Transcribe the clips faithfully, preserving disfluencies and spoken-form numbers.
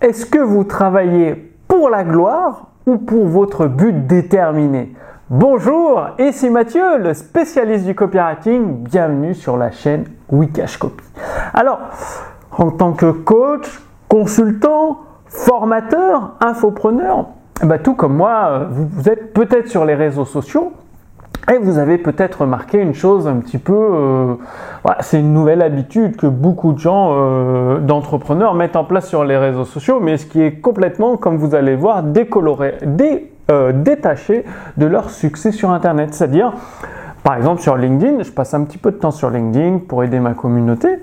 Est-ce que vous travaillez pour la gloire ou pour votre but déterminé? Bonjour, ici Mathieu, le spécialiste du copywriting. Bienvenue sur la chaîne Wikash Copy. Alors, en tant que coach, consultant, formateur, infopreneur, bah, tout comme moi, vous, vous êtes peut-être sur les réseaux sociaux. Et vous avez peut-être remarqué une chose un petit peu, euh, voilà, c'est une nouvelle habitude que beaucoup de gens, euh, d'entrepreneurs mettent en place sur les réseaux sociaux, mais ce qui est complètement, comme vous allez voir, décoloré, dé, euh, détaché de leur succès sur Internet. C'est-à-dire, par exemple sur LinkedIn, je passe un petit peu de temps sur LinkedIn pour aider ma communauté,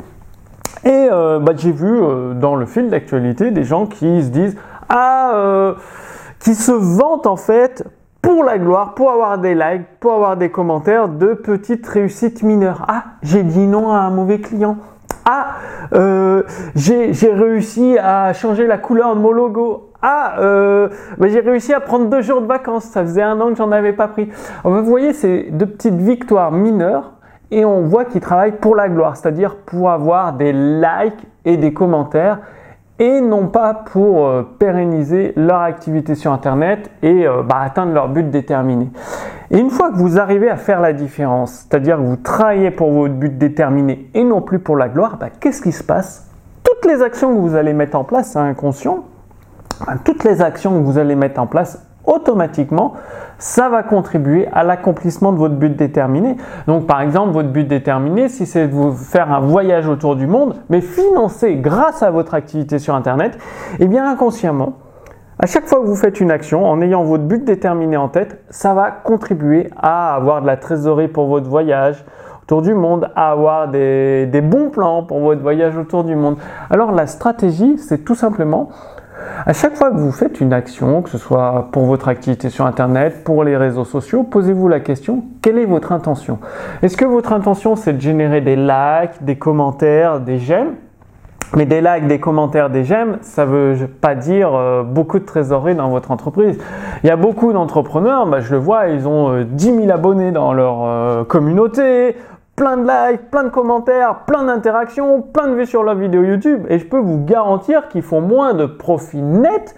et euh, bah, j'ai vu euh, dans le fil d'actualité des gens qui se disent « Ah, euh, qui se vantent en fait » pour la gloire, pour avoir des likes, pour avoir des commentaires de petites réussites mineures. Ah, j'ai dit non à un mauvais client. Ah, euh, j'ai, j'ai réussi à changer la couleur de mon logo. Ah, euh, bah j'ai réussi à prendre deux jours de vacances. Ça faisait un an que j'en avais pas pris. Alors, vous voyez, c'est de petites victoires mineures et on voit qu'ils travaillent pour la gloire, c'est-à-dire pour avoir des likes et des commentaires, et non pas pour euh, pérenniser leur activité sur Internet et euh, bah, atteindre leur but déterminé. Et une fois que vous arrivez à faire la différence, c'est-à-dire que vous travaillez pour votre but déterminé et non plus pour la gloire, bah, qu'est-ce qui se passe? Toutes les actions que vous allez mettre en place, c'est inconscient, bah, toutes les actions que vous allez mettre en place automatiquement, ça va contribuer à l'accomplissement de votre but déterminé. Donc par exemple, votre but déterminé, si c'est de vous faire un voyage autour du monde, mais financé grâce à votre activité sur Internet, eh bien inconsciemment, à chaque fois que vous faites une action, en ayant votre but déterminé en tête, ça va contribuer à avoir de la trésorerie pour votre voyage autour du monde, à avoir des, des bons plans pour votre voyage autour du monde. Alors la stratégie, c'est tout simplement, à chaque fois que vous faites une action, que ce soit pour votre activité sur Internet, pour les réseaux sociaux, posez-vous la question, quelle est votre intention? Est-ce que votre intention, c'est de générer des likes, des commentaires, des j'aime? Mais des likes, des commentaires, des j'aime, ça ne veut pas dire euh, beaucoup de trésorerie dans votre entreprise. Il y a beaucoup d'entrepreneurs, bah, je le vois, ils ont euh, dix mille abonnés dans leur euh, communauté, plein de likes, plein de commentaires, plein d'interactions, plein de vues sur leur vidéo YouTube, et je peux vous garantir qu'ils font moins de profit net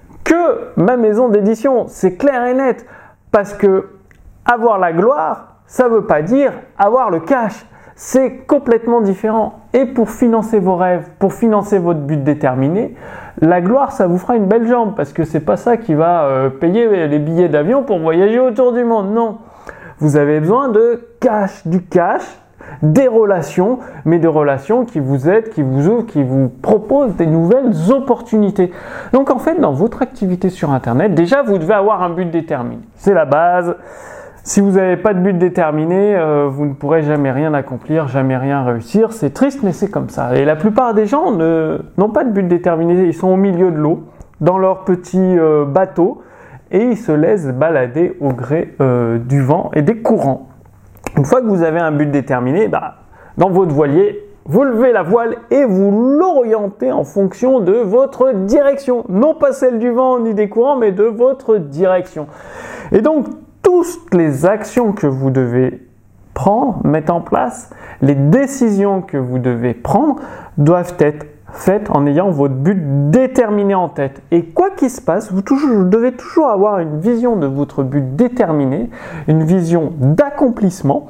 que ma maison d'édition. C'est clair et net, parce que avoir la gloire, ça ne veut pas dire avoir le cash. C'est complètement différent. Et pour financer vos rêves, pour financer votre but déterminé, la gloire, ça vous fera une belle jambe, parce que c'est pas ça qui va euh, payer les billets d'avion pour voyager autour du monde. Non. Vous avez besoin de cash, du cash, des relations, mais des relations qui vous aident, qui vous ouvrent, qui vous proposent des nouvelles opportunités. Donc en fait, dans votre activité sur Internet, déjà vous devez avoir un but déterminé. C'est la base. Si vous n'avez pas de but déterminé, euh, vous ne pourrez jamais rien accomplir, jamais rien réussir. C'est triste, mais c'est comme ça. Et la plupart des gens ne, n'ont pas de but déterminé. Ils sont au milieu de l'eau, dans leur petit euh, bateau, et ils se laissent balader au gré euh, du vent et des courants. Une fois que vous avez un but déterminé, bah, dans votre voilier, vous levez la voile et vous l'orientez en fonction de votre direction. Non pas celle du vent ni des courants, mais de votre direction. Et donc, toutes les actions que vous devez prendre, mettre en place, les décisions que vous devez prendre doivent être faites en ayant votre but déterminé en tête. Et quoi qu'il se passe, vous, toujours, vous devez toujours avoir une vision de votre but déterminé, une vision d'accomplissement,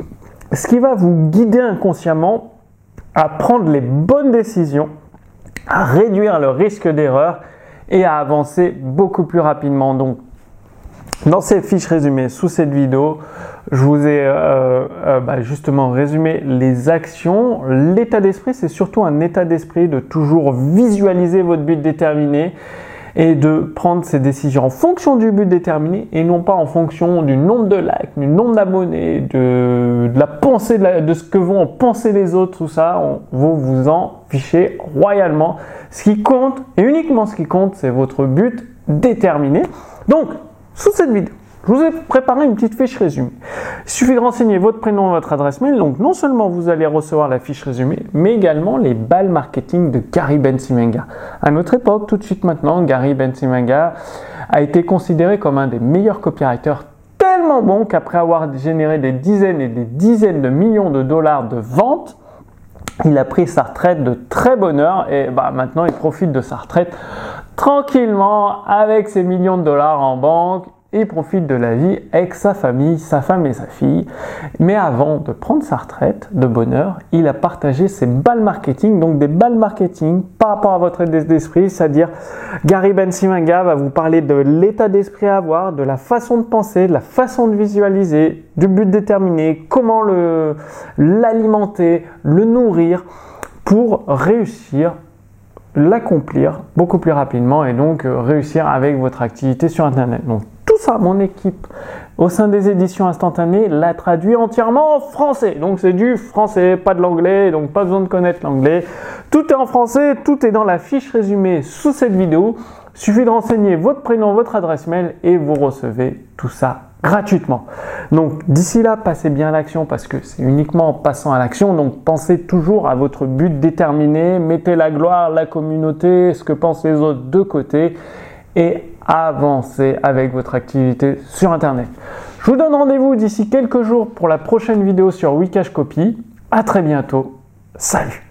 ce qui va vous guider inconsciemment à prendre les bonnes décisions, à réduire le risque d'erreur et à avancer beaucoup plus rapidement. Donc, dans cette fiche résumée sous cette vidéo, je vous ai euh, euh, bah justement résumé les actions. L'état d'esprit, c'est surtout un état d'esprit de toujours visualiser votre but déterminé et de prendre ces décisions en fonction du but déterminé et non pas en fonction du nombre de likes, du nombre d'abonnés, de, de la pensée, de, la, de ce que vont en penser les autres, tout ça. On, vous vous en fichez royalement. Ce qui compte, et uniquement ce qui compte, c'est votre but déterminé. Donc, sous cette vidéo, je vous ai préparé une petite fiche résumée. Il suffit de renseigner votre prénom et votre adresse mail. Donc non seulement vous allez recevoir la fiche résumée, mais également les balles marketing de Gary Bencivenga. À notre époque, tout de suite maintenant, Gary Bencivenga a été considéré comme un des meilleurs copywriters, tellement bon qu'après avoir généré des dizaines et des dizaines de millions de dollars de ventes, Il a pris sa retraite de très bonne heure et bah, maintenant il profite de sa retraite tranquillement avec ses millions de dollars en banque. Il profite de la vie avec sa famille, sa femme et sa fille. Mais avant de prendre sa retraite de bonne heure, il a partagé ses balles marketing, donc des balles marketing par rapport à votre état d'esprit, c'est-à-dire Gary Bencivenga va vous parler de l'état d'esprit à avoir, de la façon de penser, de la façon de visualiser, du but déterminé, comment le, l'alimenter, le nourrir pour réussir, l'accomplir beaucoup plus rapidement et donc euh, réussir avec votre activité sur Internet. Donc tout ça, mon équipe au sein des éditions instantanées l'a traduit entièrement en français. Donc c'est du français, pas de l'anglais, donc pas besoin de connaître l'anglais. Tout est en français, tout est dans la fiche résumée sous cette vidéo. Il suffit de renseigner votre prénom, votre adresse mail et vous recevez tout ça gratuitement. Donc d'ici là, passez bien à l'action parce que c'est uniquement en passant à l'action. Donc pensez toujours à votre but déterminé, mettez la gloire, la communauté, ce que pensent les autres de côté et avancez avec votre activité sur Internet. Je vous donne rendez-vous d'ici quelques jours pour la prochaine vidéo sur Wikashcopy. À très bientôt. Salut!